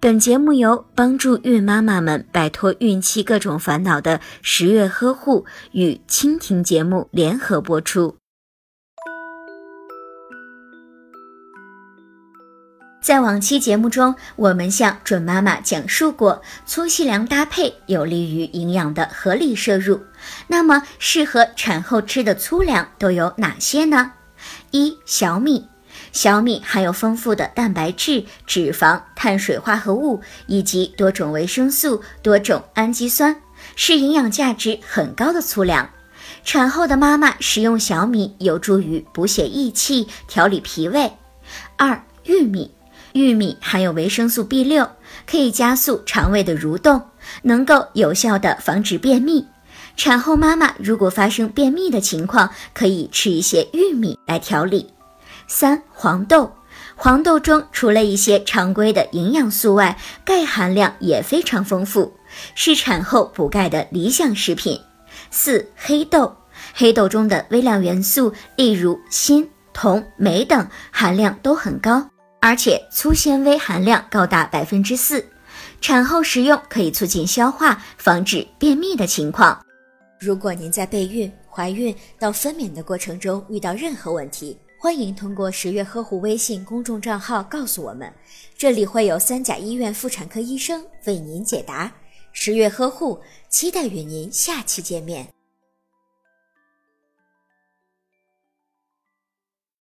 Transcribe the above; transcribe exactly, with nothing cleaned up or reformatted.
本节目由帮助孕妈妈们摆脱孕期各种烦恼的十月呵护与蜻蜓节目联合播出。在往期节目中，我们向准妈妈讲述过粗细粮搭配有利于营养的合理摄入。那么适合产后吃的粗粮都有哪些呢？一、小米。小米含有丰富的蛋白质、脂肪、碳水化合物以及多种维生素、多种氨基酸，是营养价值很高的粗粮。产后的妈妈食用小米有助于补血益气、调理脾胃。二、玉米。玉米含有维生素 B 六， 可以加速肠胃的蠕动，能够有效地防止便秘。产后妈妈如果发生便秘的情况，可以吃一些玉米来调理。三、黄豆。黄豆中除了一些常规的营养素外，钙含量也非常丰富，是产后补钙的理想食品。四、黑豆。黑豆中的微量元素，例如锌、铜、镁等含量都很高，而且粗纤维含量高达 百分之四， 产后食用可以促进消化，防止便秘的情况。 如果您在备孕、怀孕到分娩的过程中遇到任何问题，欢迎通过十月呵护微信公众账号告诉我们，这里会有三甲医院妇产科医生为您解答。十月呵护，期待与您下期见面。